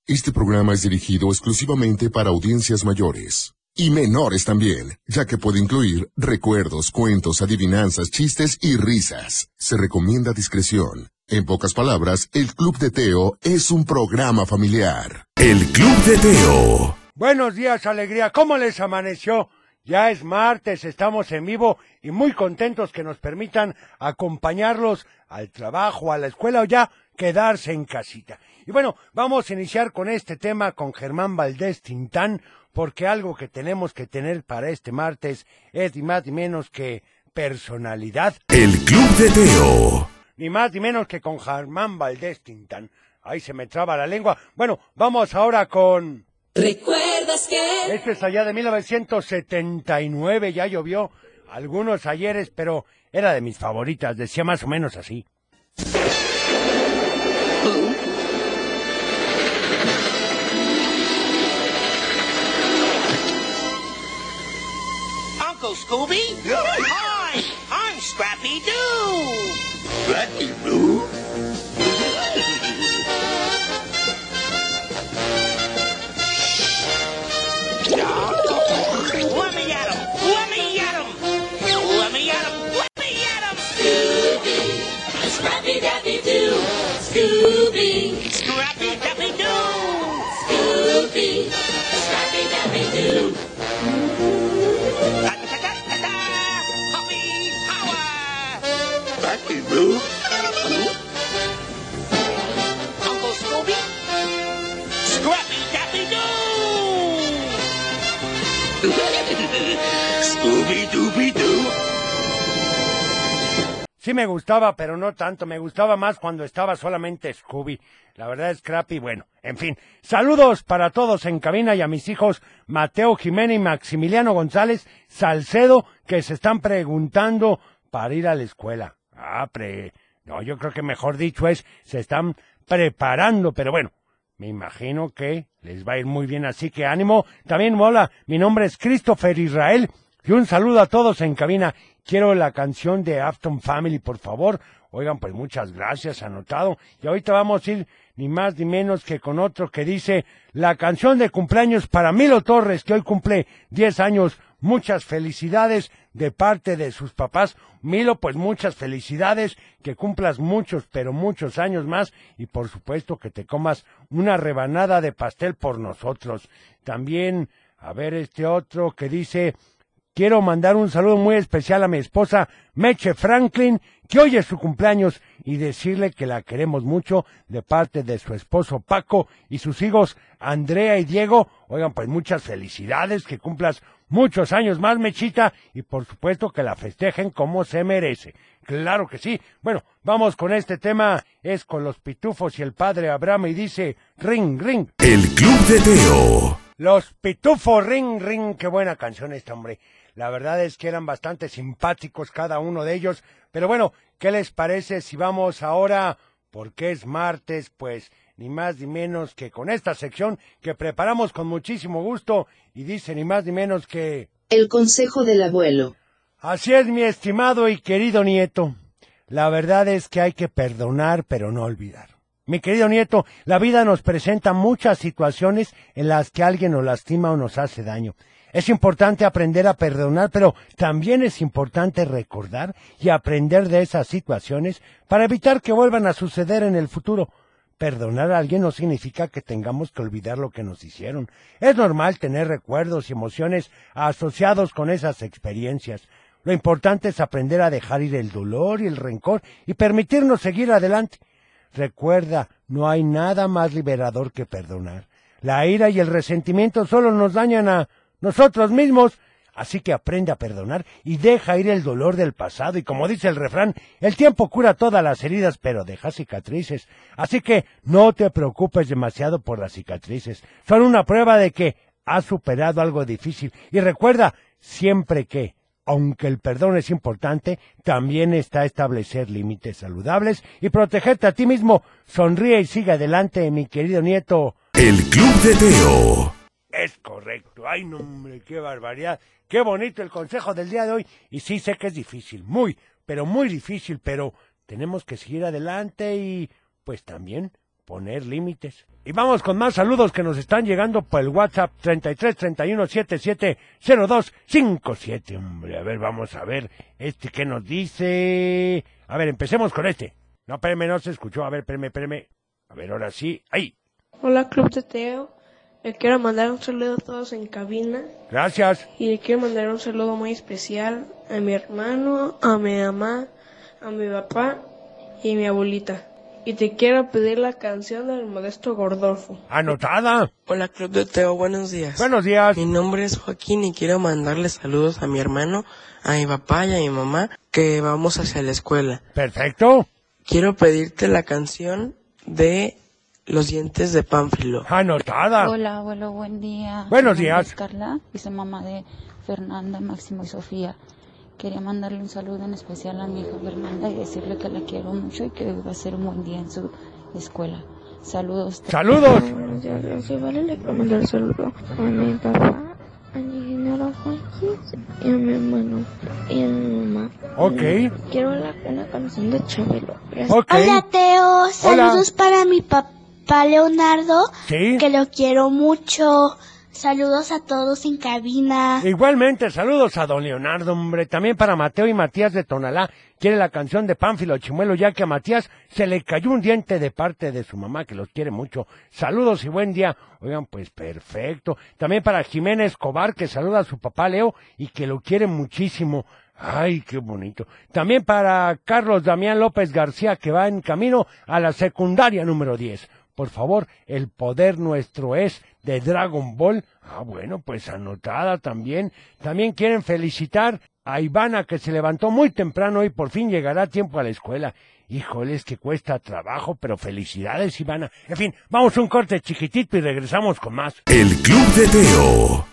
Este programa es dirigido exclusivamente para audiencias mayores. Y menores también, ya que puede incluir recuerdos, cuentos, adivinanzas, chistes y risas. Se recomienda discreción. En pocas palabras, el Club de Teo es un programa familiar. El Club de Teo. Buenos días, alegría. ¿Cómo les amaneció? Ya es martes, estamos en vivo y muy contentos que nos permitan acompañarlos al trabajo, a la escuela o ya quedarse en casita. Y bueno, vamos a iniciar con este tema con Germán Valdés Tintán, porque algo que tenemos que tener para este martes es ni más ni menos que personalidad. El Club de Teo. Ni más ni menos que con Germán Valdés Tintán. Ahí se me traba la lengua. Bueno, vamos ahora con... ¿Recuerdas que? Este es allá de 1979, ya llovió algunos ayeres, pero era de mis favoritas, decía más o menos así. Uncle Scooby? Hi, I'm Scrappy Doo. Scrappy Doo? Let me at him! Let me at him! Let me at him! Let me at him! Scooby, Scrappy Dappy Doo. Scooby, Scrappy Dappy Doo! Scooby, Scrappy Dappy Doo. Ta-ta-ta-ta-ta! Puppy power! Scrappy Doo? Uncle Scooby? Scrappy Dappy Doo! Scooby-Dooby-Doo. Sí me gustaba, pero no tanto, me gustaba más cuando estaba solamente Scooby. La verdad es Scrappy, bueno, en fin. Saludos para todos en cabina y a mis hijos Mateo Jiménez y Maximiliano González Salcedo, que se están preguntando para ir a la escuela. No, yo creo que mejor dicho es, se están preparando, pero bueno, me imagino que les va a ir muy bien, así que ánimo. También, hola, mi nombre es Christopher Israel y un saludo a todos en cabina. Quiero la canción de Afton Family, por favor. Oigan, pues muchas gracias, anotado. Y ahorita vamos a ir ni más ni menos que con otro que dice la canción de cumpleaños para Milo Torres, que hoy cumple 10 años. Muchas felicidades de parte de sus papás. Milo, pues muchas felicidades, que cumplas muchos, pero muchos años más y por supuesto que te comas una rebanada de pastel por nosotros. También, a ver este otro que dice... Quiero mandar un saludo muy especial a mi esposa Meche Franklin, que hoy es su cumpleaños, y decirle que la queremos mucho de parte de su esposo Paco y sus hijos Andrea y Diego. Oigan, pues muchas felicidades, que cumplas muchos años más, Mechita, y por supuesto que la festejen como se merece. Claro que sí. Bueno, vamos con este tema, es con los Pitufos y el padre Abraham, y dice, ring, ring. El Club de Teo. Los Pitufos, ring, ring, qué buena canción esta, hombre. La verdad es que eran bastante simpáticos cada uno de ellos. Pero bueno, ¿qué les parece si vamos ahora, porque es martes, pues ni más ni menos que con esta sección que preparamos con muchísimo gusto y dice ni más ni menos que... El consejo del abuelo. Así es, mi estimado y querido nieto. La verdad es que hay que perdonar, pero no olvidar. Mi querido nieto, la vida nos presenta muchas situaciones en las que alguien nos lastima o nos hace daño. Es importante aprender a perdonar, pero también es importante recordar y aprender de esas situaciones para evitar que vuelvan a suceder en el futuro. Perdonar a alguien no significa que tengamos que olvidar lo que nos hicieron. Es normal tener recuerdos y emociones asociados con esas experiencias. Lo importante es aprender a dejar ir el dolor y el rencor y permitirnos seguir adelante. Recuerda, no hay nada más liberador que perdonar. La ira y el resentimiento solo nos dañan a nosotros mismos, así que aprende a perdonar y deja ir el dolor del pasado. Y como dice el refrán, el tiempo cura todas las heridas, pero deja cicatrices. Así que no te preocupes demasiado por las cicatrices. Son una prueba de que has superado algo difícil. Y recuerda, siempre que, aunque el perdón es importante, también está establecer límites saludables y protegerte a ti mismo. Sonríe y sigue adelante, mi querido nieto. El Club de Teo. Es correcto. Ay, no, hombre, qué barbaridad. Qué bonito el consejo del día de hoy. Y sí sé que es difícil, muy, pero muy difícil, pero tenemos que seguir adelante y, pues también, poner límites. Y vamos con más saludos que nos están llegando por el WhatsApp 33 31 77 02 57. Hombre, a ver, vamos a ver qué nos dice. A ver, empecemos con este. No, espérame, no se escuchó. A ver, espérame. A ver, ahora sí. ¡Ahí! Hola, Club de Teo. Le quiero mandar un saludo a todos en cabina. Gracias. Y le quiero mandar un saludo muy especial a mi hermano, a mi mamá, a mi papá y a mi abuelita. Y te quiero pedir la canción del Modesto Gordolfo. Anotada. Hola, Club de Teo, buenos días. Buenos días. Mi nombre es Joaquín y quiero mandarle saludos a mi hermano, a mi papá y a mi mamá, que vamos hacia la escuela. Perfecto. Quiero pedirte la canción de Los dientes de Pánfilo. Anotada. Hola, abuelo, buen día. Buenos Mi nombre días. es Carla y soy mamá de Fernanda, Máximo y Sofía. Quería mandarle un saludo en especial a mi hija Fernanda y decirle que la quiero mucho y que hoy va a ser un buen día en su escuela. Saludos. ¡Saludos! Buenos días, yo soy Vale, le quiero mandar un saludo a mi papá, a mi ingeniero Juanquis y a mi hermano y a mi mamá. Ok. Quiero una canción de Chabelo. Gracias. Ok. Hola Teo, saludos para mi papá Leonardo, Sí. que lo quiero mucho. Saludos a todos en cabina. Igualmente, saludos a don Leonardo, hombre. También para Mateo y Matías de Tonalá. Quiere la canción de Pánfilo Chimuelo, ya que a Matías se le cayó un diente de parte de su mamá, que los quiere mucho. Saludos y buen día. Oigan, pues perfecto. También para Jiménez Escobar, que saluda a su papá Leo y que lo quiere muchísimo. Ay, qué bonito. También para Carlos Damián López García, que va en camino a la secundaria número 10. Por favor, El poder nuestro es de Dragon Ball. Bueno, pues anotada también. También quieren felicitar a Ivana, que se levantó muy temprano y por fin llegará a tiempo a la escuela. Híjole, es que cuesta trabajo, pero felicidades, Ivana. En fin, vamos a un corte chiquitito y regresamos con más. El Club de Teo.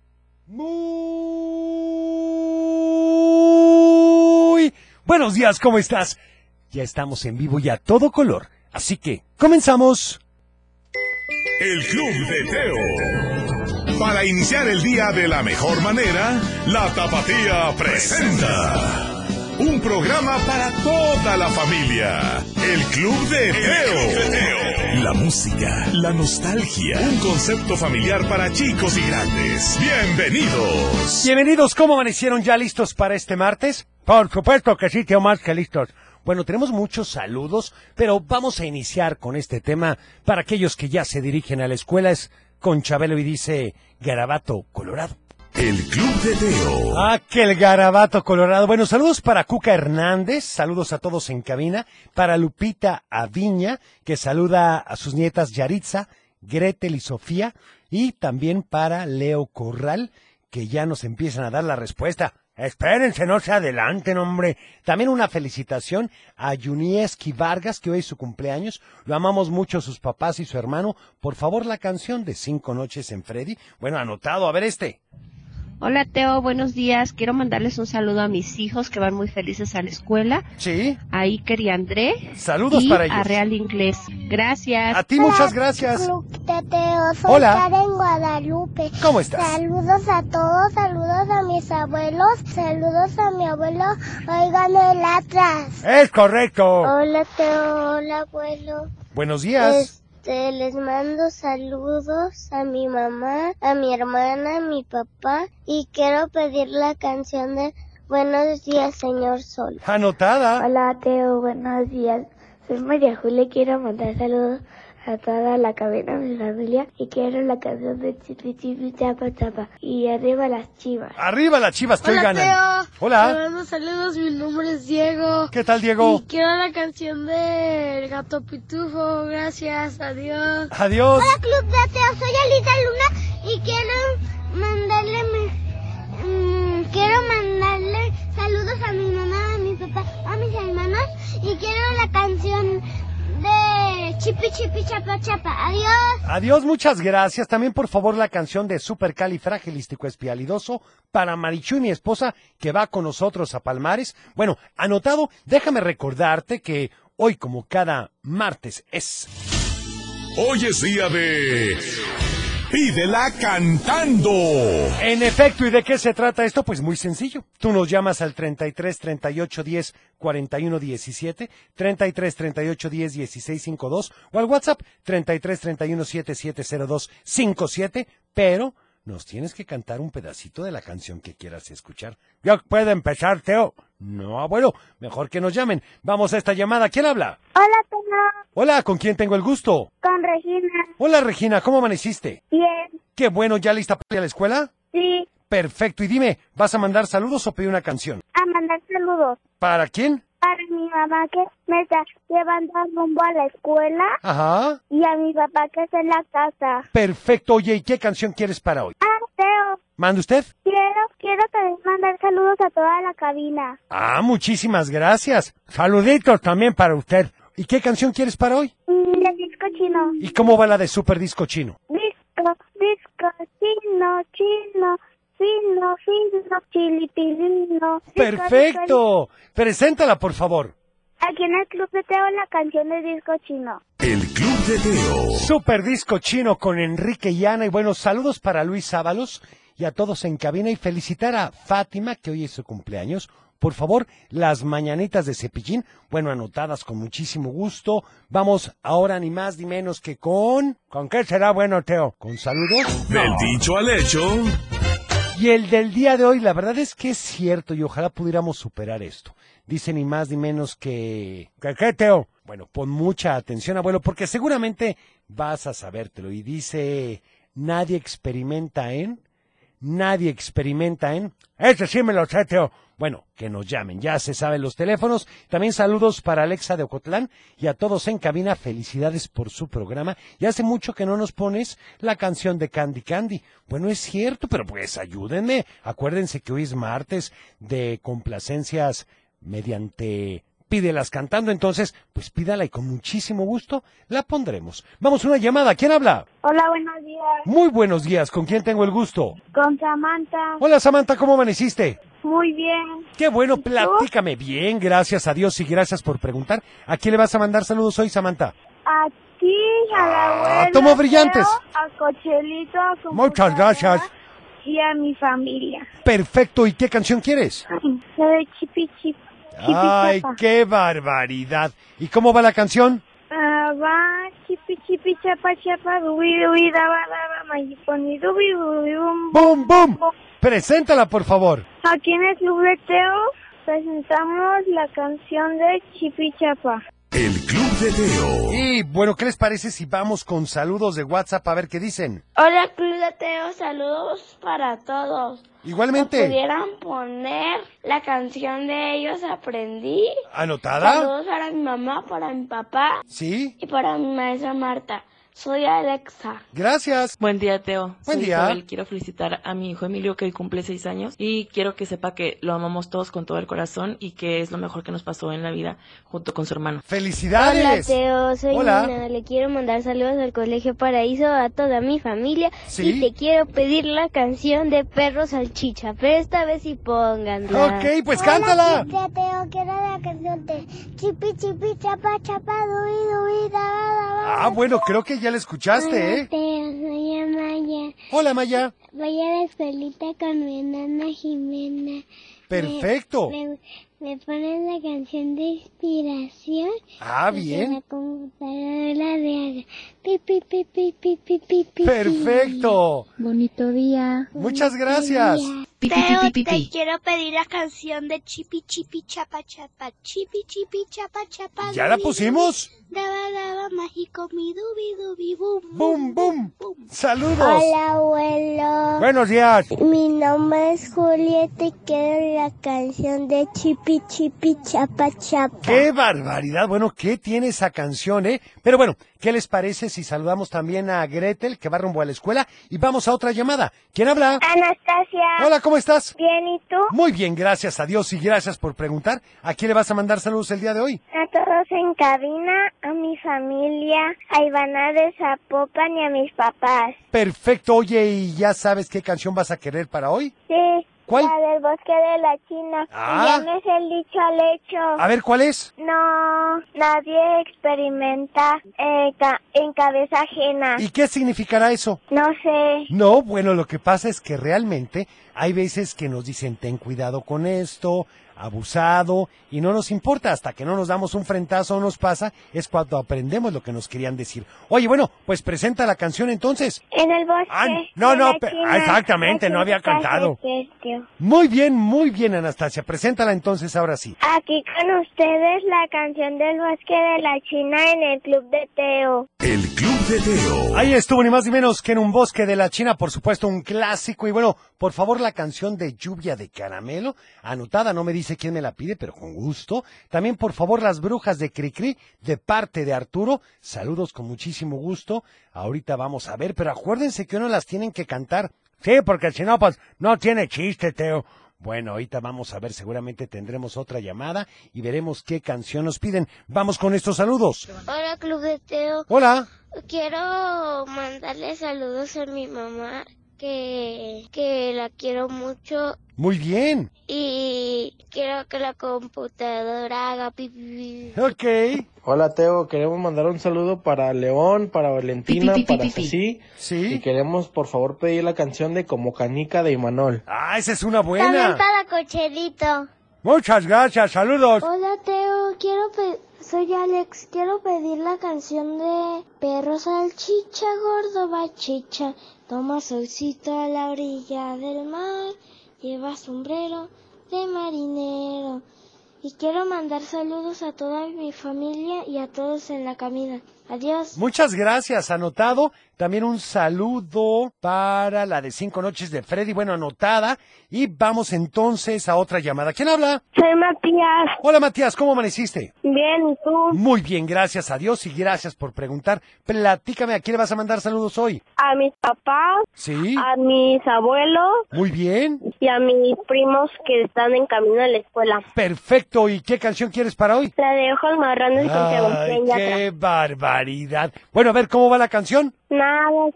Muy buenos días, ¿cómo estás? Ya estamos en vivo y a todo color, así que comenzamos. El Club de Teo. Para iniciar el día de la mejor manera, la Tapatía presenta un programa para toda la familia. El Club de Teo. La música, la nostalgia, un concepto familiar para chicos y grandes. Bienvenidos. Bienvenidos, ¿cómo amanecieron? ¿Ya listos para este martes? Por supuesto que sí, Teo, más que listos. Bueno, tenemos muchos saludos, pero vamos a iniciar con este tema para aquellos que ya se dirigen a la escuela. Es con Chabelo y dice Garabato Colorado. El Club de Teo. Que el Garabato Colorado. Bueno, saludos para Cuca Hernández, saludos a todos en cabina, para Lupita Aviña, que saluda a sus nietas Yaritza, Gretel y Sofía, y también para Leo Corral, que ya nos empiezan a dar la respuesta. Espérense, no se adelanten, hombre. También una felicitación a Yunieski Vargas, que hoy es su cumpleaños. Lo amamos mucho sus papás y su hermano. Por favor, la canción de 5 noches en Freddy. Bueno, anotado, a ver este. Hola Teo, buenos días. Quiero mandarles un saludo a mis hijos que van muy felices a la escuela. Sí. A Iker y André. Saludos y para ellos. a Real Inglés. Gracias. A ti muchas gracias. Club de Teo, soy Hola. Karen Guadalupe. ¿Cómo estás? Saludos a todos, saludos a mis abuelos, saludos a mi abuelo. Oigan el atrás. Es correcto. Hola Teo, hola abuelo. Buenos días. Les mando saludos a mi mamá, a mi hermana, a mi papá y quiero pedir la canción de Buenos días, señor Sol. Anotada. Hola Teo, buenos días. Soy María Julia, quiero mandar saludos a toda la cabina de mi familia y quiero la canción de Chipi Chipi Chapa Chapa y arriba las chivas. Arriba las chivas, estoy ganando. Te Hola. mando saludos, mi nombre es Diego. ¿Qué tal, Diego? Y quiero la canción del Gato Pitufo, gracias, adiós. Adiós. Hola Club de Teo, soy Alita Luna y quiero mandarle saludos a mi mamá, a mi papá, a mis hermanos y quiero la canción de Chipi Chipi Chapa Chapa. Adiós. Adiós, muchas gracias. También, por favor, la canción de Supercalifragilísticoespialidoso para Marichu y mi esposa, que va con nosotros a Palmares. Bueno, anotado, déjame recordarte que hoy, como cada martes, es... Hoy es día de Pídela cantando. En efecto, ¿y de qué se trata esto? Pues muy sencillo. Tú nos llamas al 33 38 10 41 17, 33 38 10 16 52 o al WhatsApp 33 31 7702 57, pero nos tienes que cantar un pedacito de la canción que quieras escuchar. ¿Ya puede empezar, Teo? No, abuelo, mejor que nos llamen. Vamos a esta llamada. ¿Quién habla? Hola, Teo. Hola, ¿con quién tengo el gusto? Con Regina. Hola, Regina, ¿cómo amaneciste? Bien. Qué bueno, ¿ya lista para ir a la escuela? Sí. Perfecto, y dime, ¿vas a mandar saludos o pedir una canción? A mandar saludos. ¿Para quién? Para mi mamá que me está llevando rumbo a la escuela. Ajá. Y a mi papá que está en la casa. Perfecto, oye, ¿y qué canción quieres para hoy? Teo. ¿Mande usted? Quiero también mandar saludos a toda la cabina. Ah, muchísimas gracias. Saluditos también para usted. ¿Y qué canción quieres para hoy? De disco chino. ¿Y cómo va la de Super Disco Chino? Disco chino, fino, chilipilino. ¡Perfecto! Preséntala, por favor. Aquí en el Club de Teo la canción de disco chino. El Club de Teo. Super Disco Chino con Enrique y Ana. Y bueno, saludos para Luis Ábalos y a todos en cabina. Y felicitar a Fátima, que hoy es su cumpleaños. Por favor, las mañanitas de Cepillín, bueno, anotadas con muchísimo gusto. Vamos ahora ni más ni menos que con... ¿Con qué será bueno, Teo? ¿Con saludos? Del dicho al hecho. Y el del día de hoy, la verdad es que es cierto y ojalá pudiéramos superar esto. Dice ni más ni menos que... ¿Qué, Teo? Bueno, pon mucha atención, abuelo, porque seguramente vas a sabértelo. Y dice, nadie experimenta en... Ese sí me lo sé, Teo. Bueno, que nos llamen, ya se saben los teléfonos. También saludos para Alexa de Ocotlán y a todos en cabina, felicidades por su programa. Y hace mucho que no nos pones la canción de Candy Candy. Bueno, es cierto, pero pues ayúdenme. Acuérdense que hoy es martes de complacencias mediante Pídelas cantando, entonces, pues pídala y con muchísimo gusto la pondremos. Vamos a una llamada, ¿quién habla? Hola, buenos días. Muy buenos días, ¿con quién tengo el gusto? Con Samantha. Hola Samantha, ¿cómo amaneciste? Muy bien. Qué bueno, platícame bien, gracias a Dios y gracias por preguntar. ¿A quién le vas a mandar saludos hoy, Samantha? A ti, a la abuela. ¡Tomo brillantes! A Cochelito, a su Muchas gracias. Y a mi familia. Perfecto, ¿y qué canción quieres? La de Chipi Chip. ¡Ay, qué barbaridad! ¿Y cómo va la canción? Va, chipi chipi chapa chapa, dubi dubi daba daba, mayiponi dubi dubi bum. ¡Bum, bum! Preséntala, por favor. Aquí en el Club de Teo presentamos la canción de Chipi Chapa. El Club de Teo. Y bueno, ¿qué les parece si vamos con saludos de WhatsApp a ver qué dicen? Hola Club de Teo, saludos para todos. Igualmente. ¿Me pudieran poner la canción de Ellos Aprendí? ¿Anotada? Saludos para mi mamá, para mi papá. ¿Sí? Y para mi maestra Marta. Soy Alexa. Gracias. Buen día, Teo. Buen Soy día. Isabel. Quiero felicitar a mi hijo Emilio, que hoy cumple 6 años. Y quiero que sepa que lo amamos todos con todo el corazón y que es lo mejor que nos pasó en la vida junto con su hermano. ¡Felicidades! Hola, Teo. Soy Hola. Nina. Le quiero mandar saludos al Colegio Paraíso, a toda mi familia. ¿Sí? Y te quiero pedir la canción de Perro Salchicha. Pero esta vez sí pónganla. Ok, pues cántala. Hola, Teo. Quiero la canción de Chipi Chipi Chapa Chapa Dubi Dubi Daba Daba. Ah, bueno, creo que ya la escuchaste, ¿eh? Teo, soy Amaya. Hola, Maya. Voy a la escuelita con mi nana Jimena. Perfecto. Me ponen la canción de inspiración. Ah, bien. La computadora de pi, pi, pi, pi, pi, pi, pi, pi. Perfecto. Bonito día. Muchas gracias. Teo, te quiero pedir la canción de Chipi Chipi Chapa Chapa. Chipi Chipi Chapa Chapa. ¿Ya la pusimos? Daba daba mágico mi dubi dubi bum. ¡Bum, bum! ¡Saludos! Hola, abuelo. Buenos días. Mi nombre es Julieta y quiero la canción de Chipi Chipi Chapa Chapa. ¡Qué barbaridad! Bueno, ¿qué tiene esa canción, eh? Pero bueno, ¿qué les parece si saludamos también a Gretel, que va rumbo a la escuela? Y vamos a otra llamada. ¿Quién habla? Anastasia. Hola, ¿cómo estás? Bien, ¿y tú? Muy bien, gracias a Dios y gracias por preguntar. ¿A quién le vas a mandar saludos el día de hoy? A todos en cabina, a mi familia, a Ivana de Zapopan y a mis papás. Perfecto, oye, ¿y ya sabes qué canción vas a querer para hoy? Sí, ¿Cuál? La del bosque de la China. Ah. Ya me sé el dicho al hecho. A ver, ¿cuál es? No, nadie experimenta en cabeza ajena. ¿Y qué significará eso? No sé. No, bueno, lo que pasa es que realmente hay veces que nos dicen ten cuidado con esto, abusado, y no nos importa hasta que no nos damos un frentazo o nos pasa, es cuando aprendemos lo que nos querían decir. Oye, bueno, pues presenta la canción entonces. En el bosque. No, de no, la China, exactamente, no había cantado. Muy bien, Anastasia, preséntala entonces ahora sí. Aquí con ustedes la canción del bosque de la China en el Club de Teo. El Club de Teo. Ahí estuvo ni más ni menos que en un bosque de la China, por supuesto, un clásico. Y bueno, por favor, la canción de Lluvia de Caramelo, anotada, no me dice quién me la pide, pero con gusto. También, por favor, Las Brujas de Cricri, de parte de Arturo. Saludos con muchísimo gusto. Ahorita vamos a ver, pero acuérdense que uno las tienen que cantar. Sí, porque si no, pues, no tiene chiste, Teo. Bueno, ahorita vamos a ver, seguramente tendremos otra llamada y veremos qué canción nos piden. Vamos con estos saludos. Hola, Club de Teo. Hola. Quiero mandarle saludos a mi mamá, que la quiero mucho. Muy bien. Y quiero que la computadora haga pipí. Ok. Hola Teo, queremos mandar un saludo para León, para Valentina, para Ceci. Sí. Y queremos por favor pedir la canción de Como Canica de Imanol. Ah, esa es una buena. También para Cocherito. Muchas gracias, saludos. Hola Teo, soy Alex, quiero pedir la canción de Perro Salchicha, Gordo Bachicha. Toma solcito a la orilla del mar, lleva sombrero de marinero. Y quiero mandar saludos a toda mi familia y a todos en la cabina. Adiós. Muchas gracias, anotado. También un saludo para la de 5 noches de Freddy, bueno, anotada. Y vamos entonces a otra llamada. ¿Quién habla? Soy Matías. Hola Matías, ¿cómo amaneciste? Bien, ¿y tú? Muy bien, gracias a Dios y gracias por preguntar. Platícame, ¿a quién le vas a mandar saludos hoy? A mis papás, Sí. a mis abuelos Muy bien. y a mis primos que están en camino a la escuela. Perfecto. ¿Y qué canción quieres para hoy? La de Ojos Marrones con Sebastián Yatra. ¡Qué barbaridad! Bueno, a ver, ¿cómo va la canción? Nada es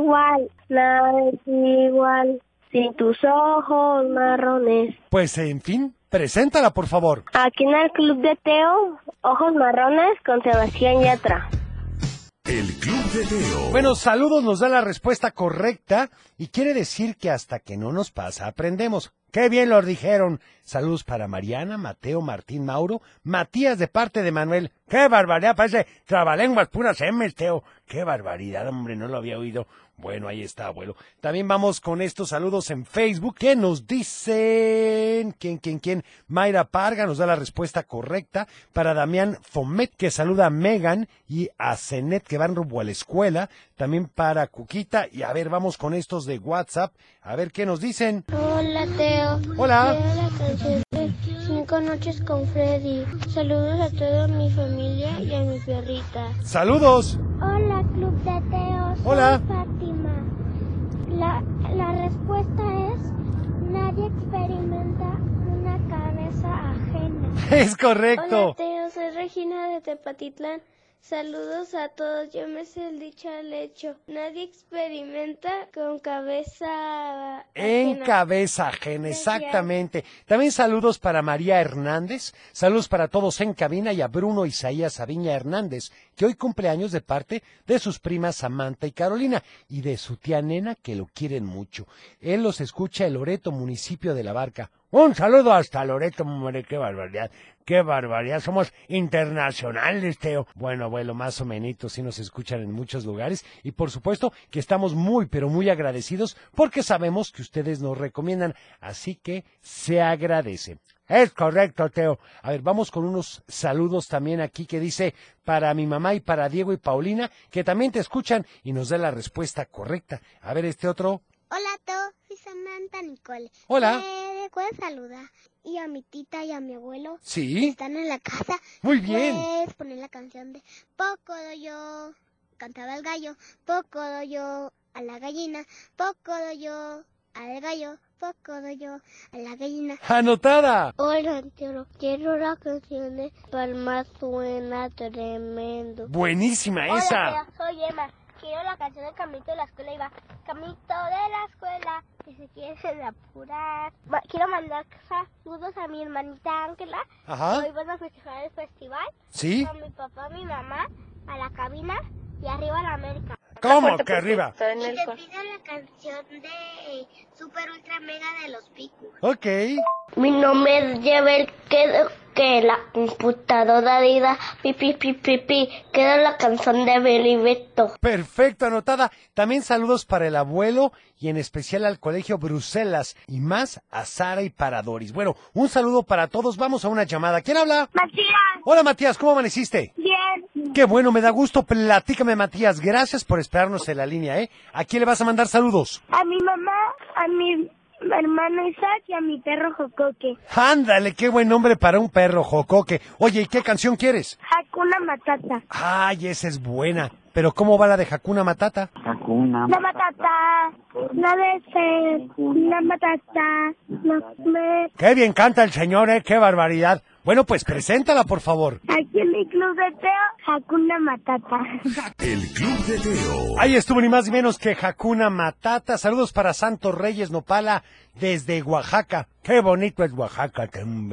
igual, sin tus ojos marrones. Pues, en fin, preséntala, por favor. Aquí en el Club de Teo, Ojos Marrones con Sebastián Yatra. El Club de Teo. Bueno, saludos nos da la respuesta correcta y quiere decir que hasta que no nos pasa aprendemos. ¡Qué bien lo dijeron! Saludos para Mariana, Mateo, Martín, Mauro, Matías de parte de Manuel. ¡Qué barbaridad! Parece trabalenguas puras M's, Teo. ¡Qué barbaridad, hombre! No lo había oído. Bueno, ahí está, abuelo. También vamos con estos saludos en Facebook. ¿Qué nos dicen? ¿Quién? Mayra Parga nos da la respuesta correcta. Para Damián Fomet, que saluda a Megan y a Zenet, que van rumbo a la escuela. También para Cuquita. Y a ver, vamos con estos de WhatsApp. A ver qué nos dicen. Hola, Teo. Hola. Quiero la canción de 5 noches con Freddy. Saludos a toda mi familia y a mi perrita. ¡Saludos! Hola, Club de Teo. Soy Hola. Fátima. La respuesta es: nadie experimenta una cabeza ajena. Es correcto. Hola, Teo. Soy Regina de Tepatitlán. Saludos a todos, yo me sé el dicho al hecho. Nadie experimenta con cabeza En ajena. cabeza ajena, exactamente. También saludos para María Hernández, saludos para todos en cabina y a Bruno Isaías Aviña Hernández, que hoy cumple años de parte de sus primas Samantha y Carolina y de su tía Nena, que lo quieren mucho. Él los escucha en Loreto, municipio de La Barca. Un saludo hasta Loreto, hombre, qué barbaridad. ¡Qué barbaridad! Somos internacionales, Teo. Bueno, abuelo, más o menos, sí nos escuchan en muchos lugares. Y por supuesto que estamos muy, pero muy agradecidos porque sabemos que ustedes nos recomiendan. Así que se agradece. Es correcto, Teo. A ver, vamos con unos saludos también aquí que dice para mi mamá y para Diego y Paulina, que también te escuchan y nos da la respuesta correcta. A ver, este otro. Hola, Teo. Soy Samantha Nicole. Hola. ¿Puedes saludar? Y a mi tita y a mi abuelo. Sí. Están en la casa. Muy bien. Puedes poner la canción de Poco doy yo, cantaba el gallo. Poco doy yo a la gallina. Poco doy yo al gallo. Poco doy yo a la gallina. ¡Anotada! Hola, Teo. Quiero la canción de Palma suena tremendo. Buenísima esa. Hola, Teo. Soy Emma. quiero la canción de Camito de la escuela y va, Camito de la escuela, que se quiere apurar. Quiero mandar saludos a mi hermanita Ángela. Ajá. Hoy van a festejar el festival. ¿Sí? Con mi papá, mi mamá, a la cabina y arriba a la América. ¿Cómo que arriba? Y te pido la canción de Super Ultra Mega de los Picos. Ok. Mi nombre es Yebel, que la computadora diga pi, queda la canción de Beli Beto. Perfecto, anotada. También saludos para el abuelo y en especial al Colegio Bruselas y más a Sara y para Doris. Bueno, un saludo para todos. Vamos a una llamada. ¿Quién habla? Matías. Hola, Matías. ¿Cómo amaneciste? Bien. Qué bueno, me da gusto. Platícame, Matías. Gracias por esperarnos en la línea, ¿eh? ¿A quién le vas a mandar saludos? A mi mamá, a mi hermano Isaac y a mi perro Jocoque. Ándale, qué buen nombre para un perro, Jocoque. Oye, ¿y qué canción quieres? Hakuna Matata. Ay, esa es buena. Pero ¿cómo va la de Hakuna Matata? La matata, la de ser, la matata, no me... Qué bien canta el señor, ¿eh? Qué barbaridad. Bueno, pues preséntala, por favor. Aquí en mi club de Teo, Hakuna Matata. El Club de Teo. Ahí estuvo ni más ni menos que Hakuna Matata. Saludos para Santos Reyes Nopala desde Oaxaca. Qué bonito es Oaxaca.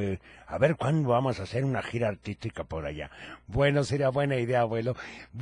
A ver cuándo vamos a hacer una gira artística por allá. Bueno, sería buena idea, abuelo.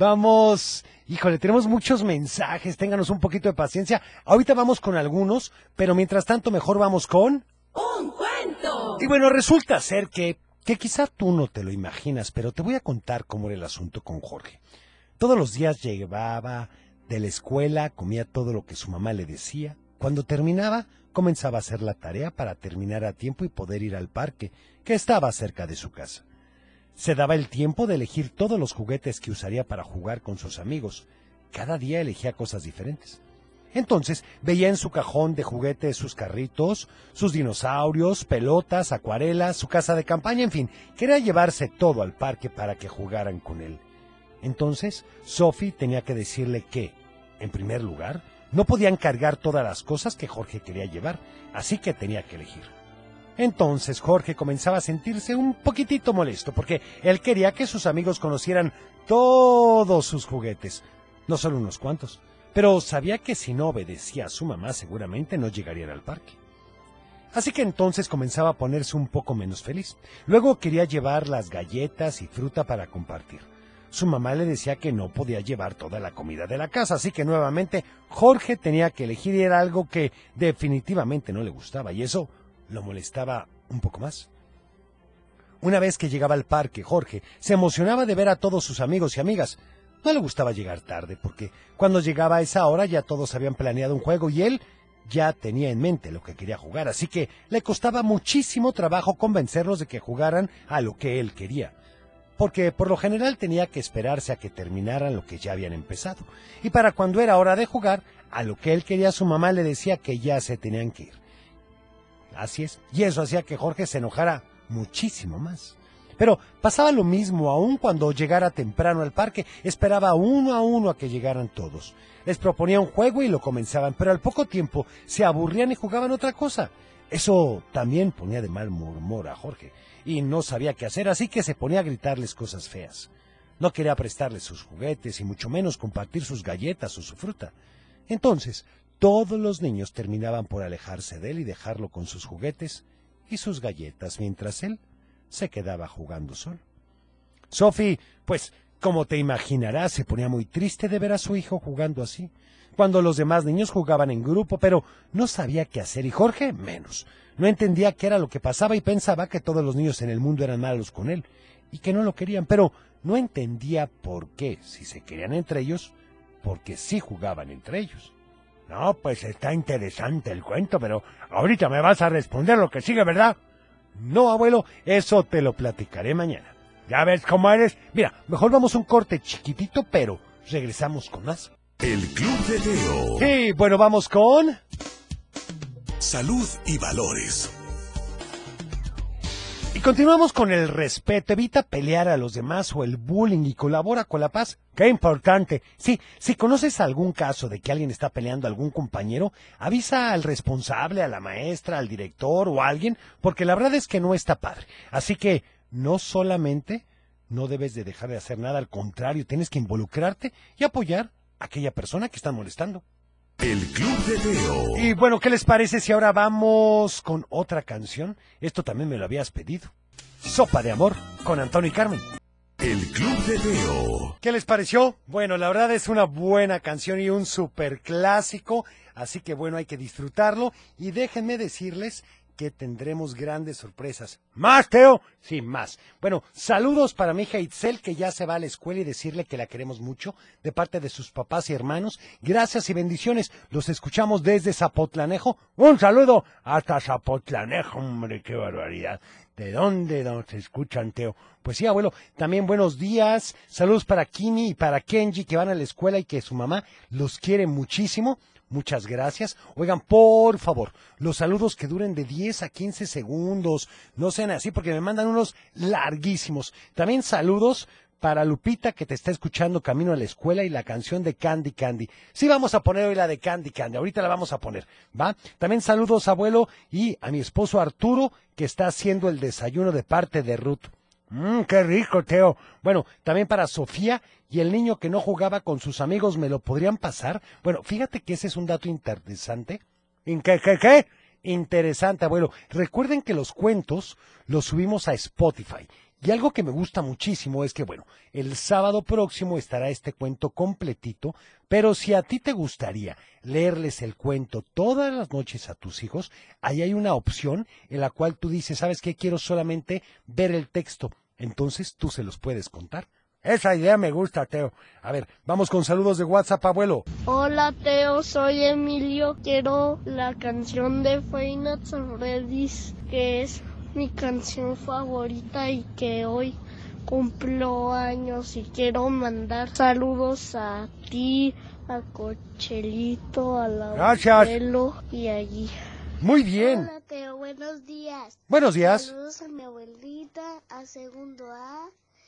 Vamos, híjole, tenemos muchos mensajes. Ténganos un poquito de paciencia. Ahorita vamos con algunos, pero mientras tanto mejor vamos con... ¡Un cuento! Y bueno, resulta ser que quizá tú no te lo imaginas, pero te voy a contar cómo era el asunto con Jorge. Todos los días llegaba de la escuela, comía todo lo que su mamá le decía. Cuando terminaba, comenzaba a hacer la tarea para terminar a tiempo y poder ir al parque, que estaba cerca de su casa. Se daba el tiempo de elegir todos los juguetes que usaría para jugar con sus amigos. Cada día elegía cosas diferentes. Entonces veía en su cajón de juguetes sus carritos, sus dinosaurios, pelotas, acuarelas, su casa de campaña, en fin, quería llevarse todo al parque para que jugaran con él. Entonces, Sophie tenía que decirle que, en primer lugar, no podían cargar todas las cosas que Jorge quería llevar, así que tenía que elegir. Entonces Jorge comenzaba a sentirse un poquitito molesto, porque él quería que sus amigos conocieran todos sus juguetes, no solo unos cuantos. Pero sabía que si no obedecía a su mamá seguramente no llegarían al parque. Así que entonces comenzaba a ponerse un poco menos feliz. Luego quería llevar las galletas y fruta para compartir. Su mamá le decía que no podía llevar toda la comida de la casa, así que nuevamente Jorge tenía que elegir y era algo que definitivamente no le gustaba y eso lo molestaba un poco más. Una vez que llegaba al parque, Jorge se emocionaba de ver a todos sus amigos y amigas. No le gustaba llegar tarde, porque cuando llegaba a esa hora ya todos habían planeado un juego y él ya tenía en mente lo que quería jugar, así que le costaba muchísimo trabajo convencerlos de que jugaran a lo que él quería, porque por lo general tenía que esperarse a que terminaran lo que ya habían empezado, y para cuando era hora de jugar, a lo que él quería su mamá le decía que ya se tenían que ir. Así es, y eso hacía que Jorge se enojara muchísimo más. Pero pasaba lo mismo aún cuando llegara temprano al parque, esperaba uno a uno a que llegaran todos. Les proponía un juego y lo comenzaban, pero al poco tiempo se aburrían y jugaban otra cosa. Eso también ponía de mal humor a Jorge, y no sabía qué hacer, así que se ponía a gritarles cosas feas. No quería prestarles sus juguetes y mucho menos compartir sus galletas o su fruta. Entonces, todos los niños terminaban por alejarse de él y dejarlo con sus juguetes y sus galletas, mientras él se quedaba jugando solo. Sophie, pues, como te imaginarás, se ponía muy triste de ver a su hijo jugando así, cuando los demás niños jugaban en grupo, pero no sabía qué hacer, y Jorge menos. No entendía qué era lo que pasaba y pensaba que todos los niños en el mundo eran malos con él, y que no lo querían, pero no entendía por qué, si se querían entre ellos, porque sí jugaban entre ellos. No, pues está interesante el cuento, pero ahorita me vas a responder lo que sigue, ¿verdad? No, abuelo, eso te lo platicaré mañana. ¿Ya ves cómo eres? Mira, mejor vamos a un corte chiquitito, pero regresamos con más. El Club de Teo. Sí, bueno, vamos con... Salud y valores. Y continuamos con el respeto. Evita pelear a los demás o el bullying y colabora con la paz. ¡Qué importante! Sí, si conoces algún caso de que alguien está peleando a algún compañero, avisa al responsable, a la maestra, al director o a alguien, porque la verdad es que no está padre. Así que no solamente no debes de dejar de hacer nada, al contrario, tienes que involucrarte y apoyar aquella persona que están molestando. El Club de Teo. Y bueno, ¿qué les parece si ahora vamos con otra canción? Esto también me lo habías pedido. Sopa de amor con Antonio y Carmen. El Club de Teo. ¿Qué les pareció? Bueno, la verdad es una buena canción y un super clásico, así que bueno, hay que disfrutarlo y déjenme decirles que tendremos grandes sorpresas. ¿Más, Teo? Sí, más. Bueno, saludos para mi hija Itzel, que ya se va a la escuela, y decirle que la queremos mucho, de parte de sus papás y hermanos. Gracias y bendiciones. Los escuchamos desde Zapotlanejo. Un saludo hasta Zapotlanejo, hombre, qué barbaridad. ¿De dónde nos escuchan, Teo? Pues sí, abuelo, también buenos días. Saludos para Kimi y para Kenji, que van a la escuela y que su mamá los quiere muchísimo. Muchas gracias. Oigan, por favor, los saludos que duren de 10 a 15 segundos. No sean así porque me mandan unos larguísimos. También saludos para Lupita, que te está escuchando camino a la escuela, y la canción de Candy Candy. Sí, vamos a poner hoy la de Candy Candy. Ahorita la vamos a poner, ¿va? También saludos, abuelo, y a mi esposo Arturo, que está haciendo el desayuno de parte de Ruth. ¡Qué rico, Teo! Bueno, también para Sofía y el niño que no jugaba con sus amigos, ¿me lo podrían pasar? Bueno, fíjate que ese es un dato interesante. ¿Qué? Interesante, abuelo. Recuerden que los cuentos los subimos a Spotify. Y algo que me gusta muchísimo es que, bueno, el sábado próximo estará este cuento completito, pero si a ti te gustaría leerles el cuento todas las noches a tus hijos, ahí hay una opción en la cual tú dices, ¿sabes qué? Quiero solamente ver el texto. Entonces tú se los puedes contar. Esa idea me gusta, Teo. A ver, vamos con saludos de WhatsApp, abuelo. Hola Teo, soy Emilio. Quiero la canción de Five Nights at Freddy's, que es mi canción favorita y que hoy cumplo años, y quiero mandar saludos a ti, a Cochelito, a la abuelo y allí. Muy bien. Hola Teo, buenos días. Buenos días. Saludos a mi abuelita, a segundo A,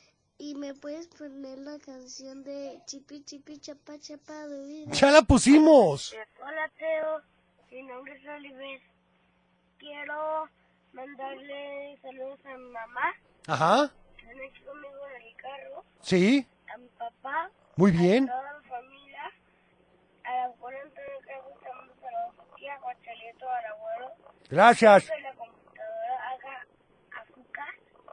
y me puedes poner la canción de Chipi Chipi Chapa Chapa de vida. Ya la pusimos. Hola Teo, mi nombre es Oliver. Quiero mandarle saludos a mi mamá. Ajá. Que viene aquí conmigo en el carro. Sí. A mi papá. Muy bien. A toda mi familia. A la abuela Antonio Carlos, también saludos a ti, a Guachalito, al abuelo. Gracias. Que la computadora haga azúcar.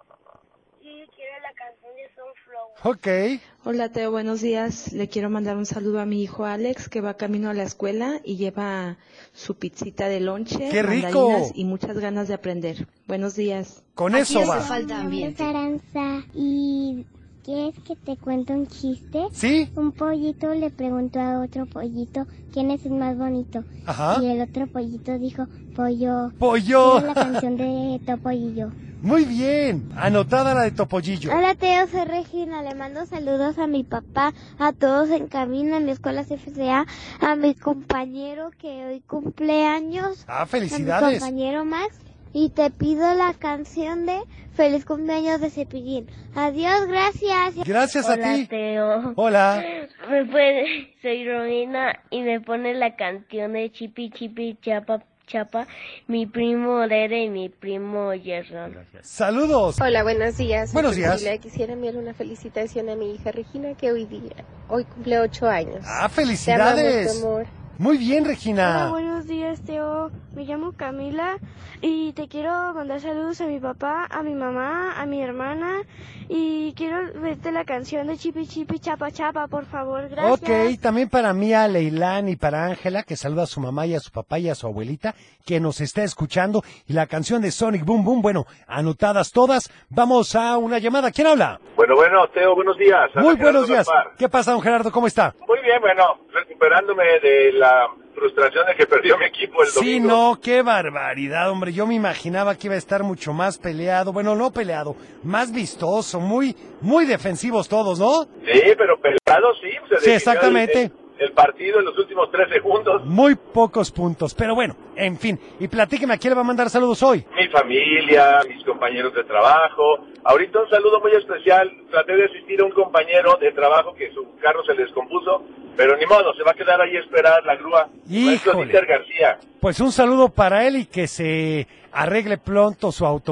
Y quiero la canción de Sunflower. Ok. Hola Teo, buenos días. Le quiero mandar un saludo a mi hijo Alex, que va camino a la escuela y lleva su pizzita de lonche, ¡qué rico! mandarinas y muchas ganas de aprender. Buenos días. Con eso va. Falta ambiente. Aranza, ¿y quieres que te cuente un chiste? Sí. Un pollito le preguntó a otro pollito quién es el más bonito. Ajá. Y el otro pollito dijo, pollo. Pollo. Es la canción de Topollillo. Muy bien. Anotada la de Topollillo. Hola Teo, soy Regina, le mando saludos a mi papá, a todos en cabina, a mi escuela CFCA, a mi compañero que hoy cumple años. Ah, felicidades. A mi compañero Max, y te pido la canción de Feliz Cumpleaños de Cepillín. Adiós, gracias. Gracias a Hola ti. Teo. Hola. Soy Romina y me pone la canción de Chipi Chipi Chapa Chapa, mi primo Lere y mi primo Gerson. Saludos. Hola, buenos días. Buenos días. Quisiera enviar una felicitación a mi hija Regina, que hoy cumple 8 años. Ah, felicidades. Te amamos, amor. Muy bien, Regina. Hola, buenos días Teo, me llamo Camila y te quiero mandar saludos a mi papá, a mi mamá, a mi hermana, y quiero verte la canción de Chipi Chipi Chapa Chapa, por favor, gracias. Ok, también para Mía, Leilán y para Ángela, que saluda a su mamá y a su papá y a su abuelita, que nos está escuchando, y la canción de Sonic Boom Boom, bueno, anotadas todas. Vamos a una llamada. ¿Quién habla? Bueno, Teo, buenos días. Muy buenos días. ¿Qué pasa, don Gerardo? ¿Cómo está? Muy bien, bueno, recuperándome de la frustración de que perdió mi equipo el domingo. Sí, no, qué barbaridad, hombre. Yo me imaginaba que iba a estar mucho más peleado. Bueno, no peleado, más vistoso, muy defensivos todos, ¿no? Sí, pero peleado sí. Sí, exactamente. El partido en los últimos 3 segundos. Muy pocos puntos, pero bueno, en fin. Y platíqueme, ¿a quién le va a mandar saludos hoy? Mi familia, mis compañeros de trabajo. Ahorita un saludo muy especial. Traté de asistir a un compañero de trabajo que su carro se le descompuso, pero ni modo, se va a quedar ahí a esperar la grúa. Híjole. García. Pues un saludo para él y que se arregle pronto su automóvil.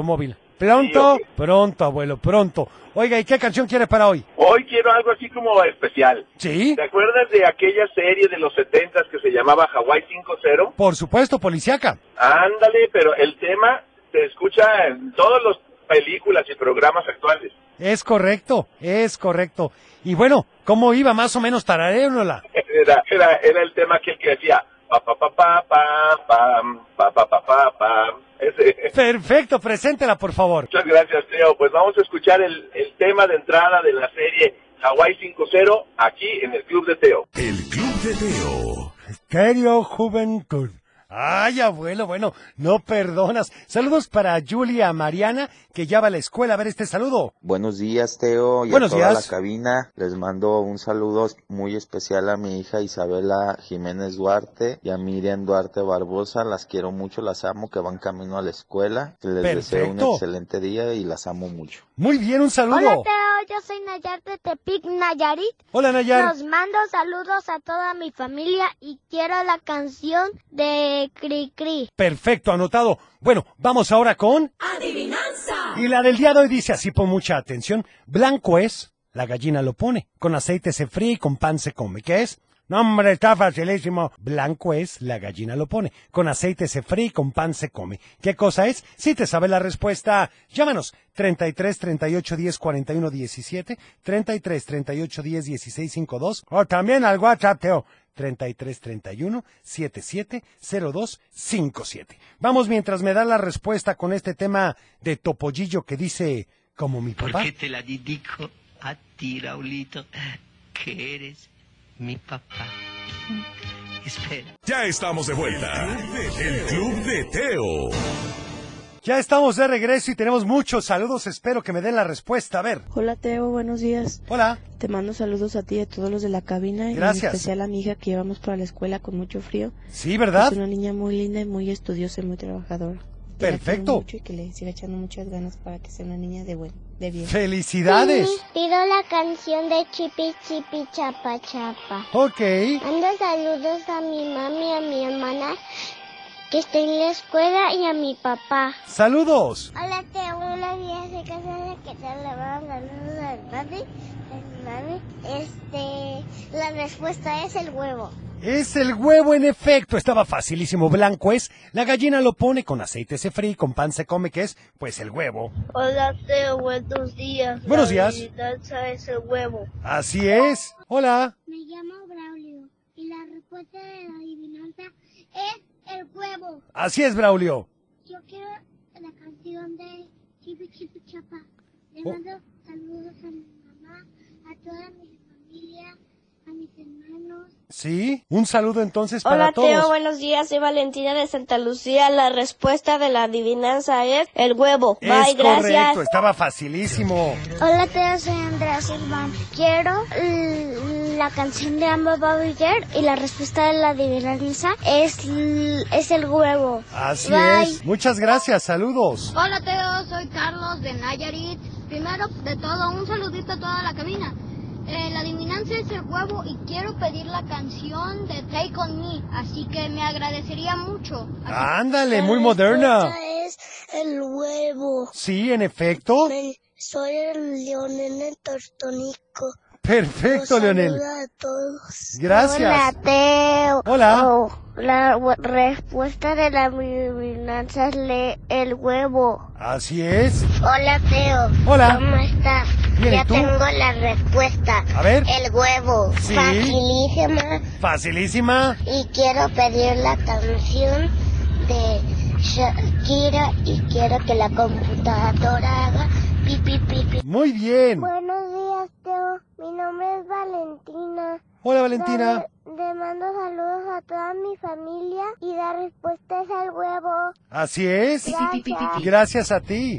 Pronto, Sí, pronto, abuelo, pronto. Oiga, ¿y qué canción quiere para hoy? Hoy quiero algo así como especial. ¿Sí? ¿Te acuerdas de aquella serie de los 70s que se llamaba Hawaii 5-0? Por supuesto, policíaca. Ándale, pero el tema se escucha en todas las películas y programas actuales. Es correcto, es correcto. Y bueno, ¿cómo iba? Más o menos tararéonola. Era el tema que decía pa pa pa pa pa pam, pa pa pa pa pam. Ese. Perfecto, preséntela, por favor. Muchas gracias, Teo. Pues vamos a escuchar el tema de entrada de la serie Hawaii 5-0 aquí en el Club de Teo. El Club de Teo. Estéreo Juventud. Ay, abuelo, bueno, no perdonas. Saludos para Julia Mariana, que ya va a la escuela. A ver este saludo. Buenos días, Teo, y Buenos a toda días. la cabina. Les mando un saludo muy especial a mi hija Isabela Jiménez Duarte y a Miriam Duarte Barbosa. Las quiero mucho, las amo, que van camino a la escuela. Les deseo un Perfecto. excelente día y las amo mucho. Muy bien, un saludo. Hola Teo, yo soy Nayar de Tepic, Nayarit. Hola, Nayar. Los mando saludos a toda mi familia y quiero la canción de Cri Cri. Perfecto, anotado. Bueno, vamos ahora con... Adivinanza. Y la del día de hoy dice así, pon mucha atención. Blanco es, la gallina lo pone. Con aceite se fríe y con pan se come. ¿Qué es? No, hombre, está facilísimo. Blanco es, la gallina lo pone. Con aceite se fríe y con pan se come. ¿Qué cosa es? Si te sabe la respuesta, llámanos. 33 38 10 41 17, 33 38 10 16 52, o también al WhatsApp, Teo. 33 31 77 02 57. Vamos mientras me da la respuesta con este tema de Topollillo que dice, como mi papá. Porque te la dedico a ti, Raulito, que eres mi papá. Espera. Ya estamos de vuelta. El Club de Teo. Ya estamos de regreso y tenemos muchos saludos. Espero que me den la respuesta. A ver. Hola Teo, buenos días. Hola. Te mando saludos a ti y a todos los de la cabina. Gracias. Y en especial a mi hija que llevamos para la escuela con mucho frío. Sí, ¿verdad? Es una niña muy linda y muy estudiosa y muy trabajadora. Que la Perfecto. quiero mucho y que le siga echando muchas ganas para que sea una niña de bien. ¡Felicidades! Pido la canción de Chipi Chipi Chapa Chapa. Ok. Mando saludos a mi mami, a mi hermana que está en la escuela y a mi papá. ¡Saludos! Hola Teo, buenos días, soy Cassandra, que te le mando saludos al papi. La respuesta es el huevo. Es el huevo, en efecto. Estaba facilísimo. Blanco es, la gallina lo pone, con aceite se fríe, con pan se come, que es, pues, el huevo. Hola Teo, buenos días. Buenos días. La adivinanza es el huevo. Así es. Hola. Me llamo Braulio y la respuesta de la adivinanza es el huevo. Así es, Braulio. Yo quiero la canción de Chipi Chipi Chapa. Le Oh. mando saludos a mi mamá, a toda mi familia, a mis hermanos. Sí, un saludo entonces para Hola todos. Teo, buenos días, soy Valentina de Santa Lucía. La respuesta de la adivinanza es el huevo. Es Bye, gracias. correcto, estaba facilísimo. Hola Teo, soy Andrea Silván. Quiero la canción de Amba Baby Girl y la respuesta de la adivinanza es el huevo. Así Bye. es. Muchas gracias, saludos. Hola Teo, soy Carlos de Nayarit. Primero de todo, un saludito a toda la cabina. La adivinanza es el huevo y quiero pedir la canción de Take On Me, así que me agradecería mucho. Ándale, muy moderna. Es el huevo. Sí, en efecto. Soy el Leonel Tortonico. Perfecto, Leonel. A todos. Gracias. Hola, Teo. Hola. Oh, la respuesta de la adivinanza es el huevo. Así es. Hola, Teo. Hola. ¿Cómo estás? Bien, ¿y Ya tú? tengo la respuesta. A ver. El huevo. Sí. Facilísima. Facilísima. Y quiero pedir la canción de Shakira y quiero que la computadora haga pi pi pi pi. Muy bien. Buenos días, Teo. Mi nombre es Valentina. Hola, Valentina. Le mando saludos a toda mi familia y la respuesta es el huevo. Así es. Gracias. Gracias a ti.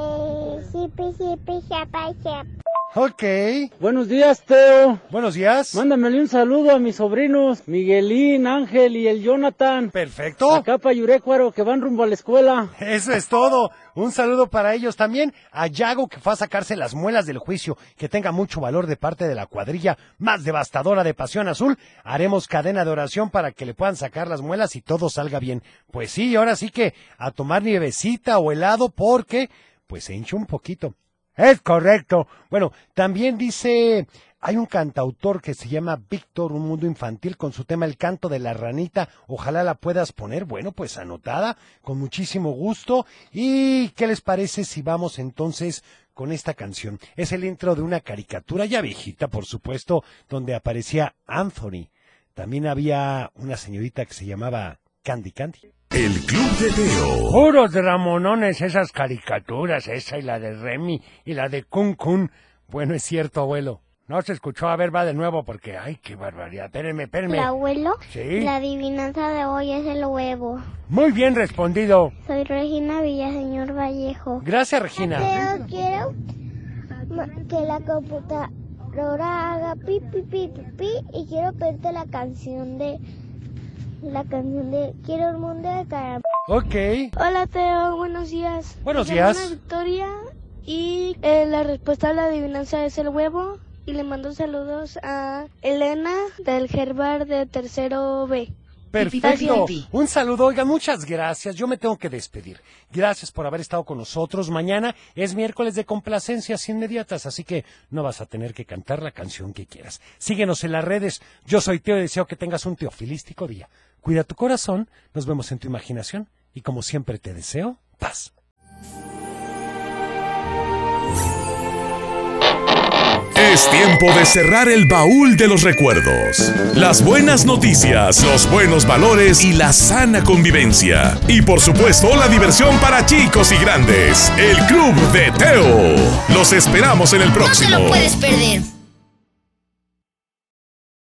Sipi, sipi, chapa, chapa. Ok. Buenos días, Teo. Buenos días. Mándamele un saludo a mis sobrinos, Miguelín, Ángel y el Jonathan. Perfecto. Acá para Yurécuaro, que van rumbo a la escuela. Eso es todo. Un saludo para ellos también. A Yago, que fue a sacarse las muelas del juicio. Que tenga mucho valor de parte de la cuadrilla más devastadora de Pasión Azul. Haremos cadena de oración para que le puedan sacar las muelas y todo salga bien. Pues sí, ahora sí que a tomar nievecita o helado porque pues se hincha un poquito. Es correcto. Bueno, también dice, hay un cantautor que se llama Víctor, un mundo infantil, con su tema El canto de la ranita. Ojalá la puedas poner. Bueno, pues anotada, con muchísimo gusto. ¿Y qué les parece si vamos entonces con esta canción? Es el intro de una caricatura ya viejita, por supuesto, donde aparecía Anthony. También había una señorita que se llamaba Candy Candy. El Club de Teo. Puros dramonones esas caricaturas, esa y la de Remy y la de Kun Kun. Bueno, es cierto, abuelo. No se escuchó, a ver, va de nuevo porque, ay, qué barbaridad. Espérenme. ¿El abuelo? Sí. La adivinanza de hoy es el huevo. Muy bien respondido. Soy Regina Villaseñor Vallejo. Gracias, Regina. Mateo, quiero que la computadora haga pi, pi, pi, pi, pi, y quiero pedirte la canción de Quiero un mundo de caramelo. Ok. Hola, Teo, buenos días. Buenos Me llamo días. Ana Victoria y la respuesta a la adivinanza es el huevo. Y le mando saludos a Elena del Gerbar de tercero B. Perfecto. Un saludo. Oigan, muchas gracias. Yo me tengo que despedir. Gracias por haber estado con nosotros. Mañana es miércoles de complacencias inmediatas, así que no vas a tener que cantar la canción que quieras. Síguenos en las redes. Yo soy Teo y deseo que tengas un teofilístico día. Cuida tu corazón. Nos vemos en tu imaginación. Y como siempre te deseo, paz. Es tiempo de cerrar el baúl de los recuerdos. Las buenas noticias, los buenos valores y la sana convivencia. Y por supuesto, la diversión para chicos y grandes. El Club de Teo. Los esperamos en el próximo. No te lo puedes perder.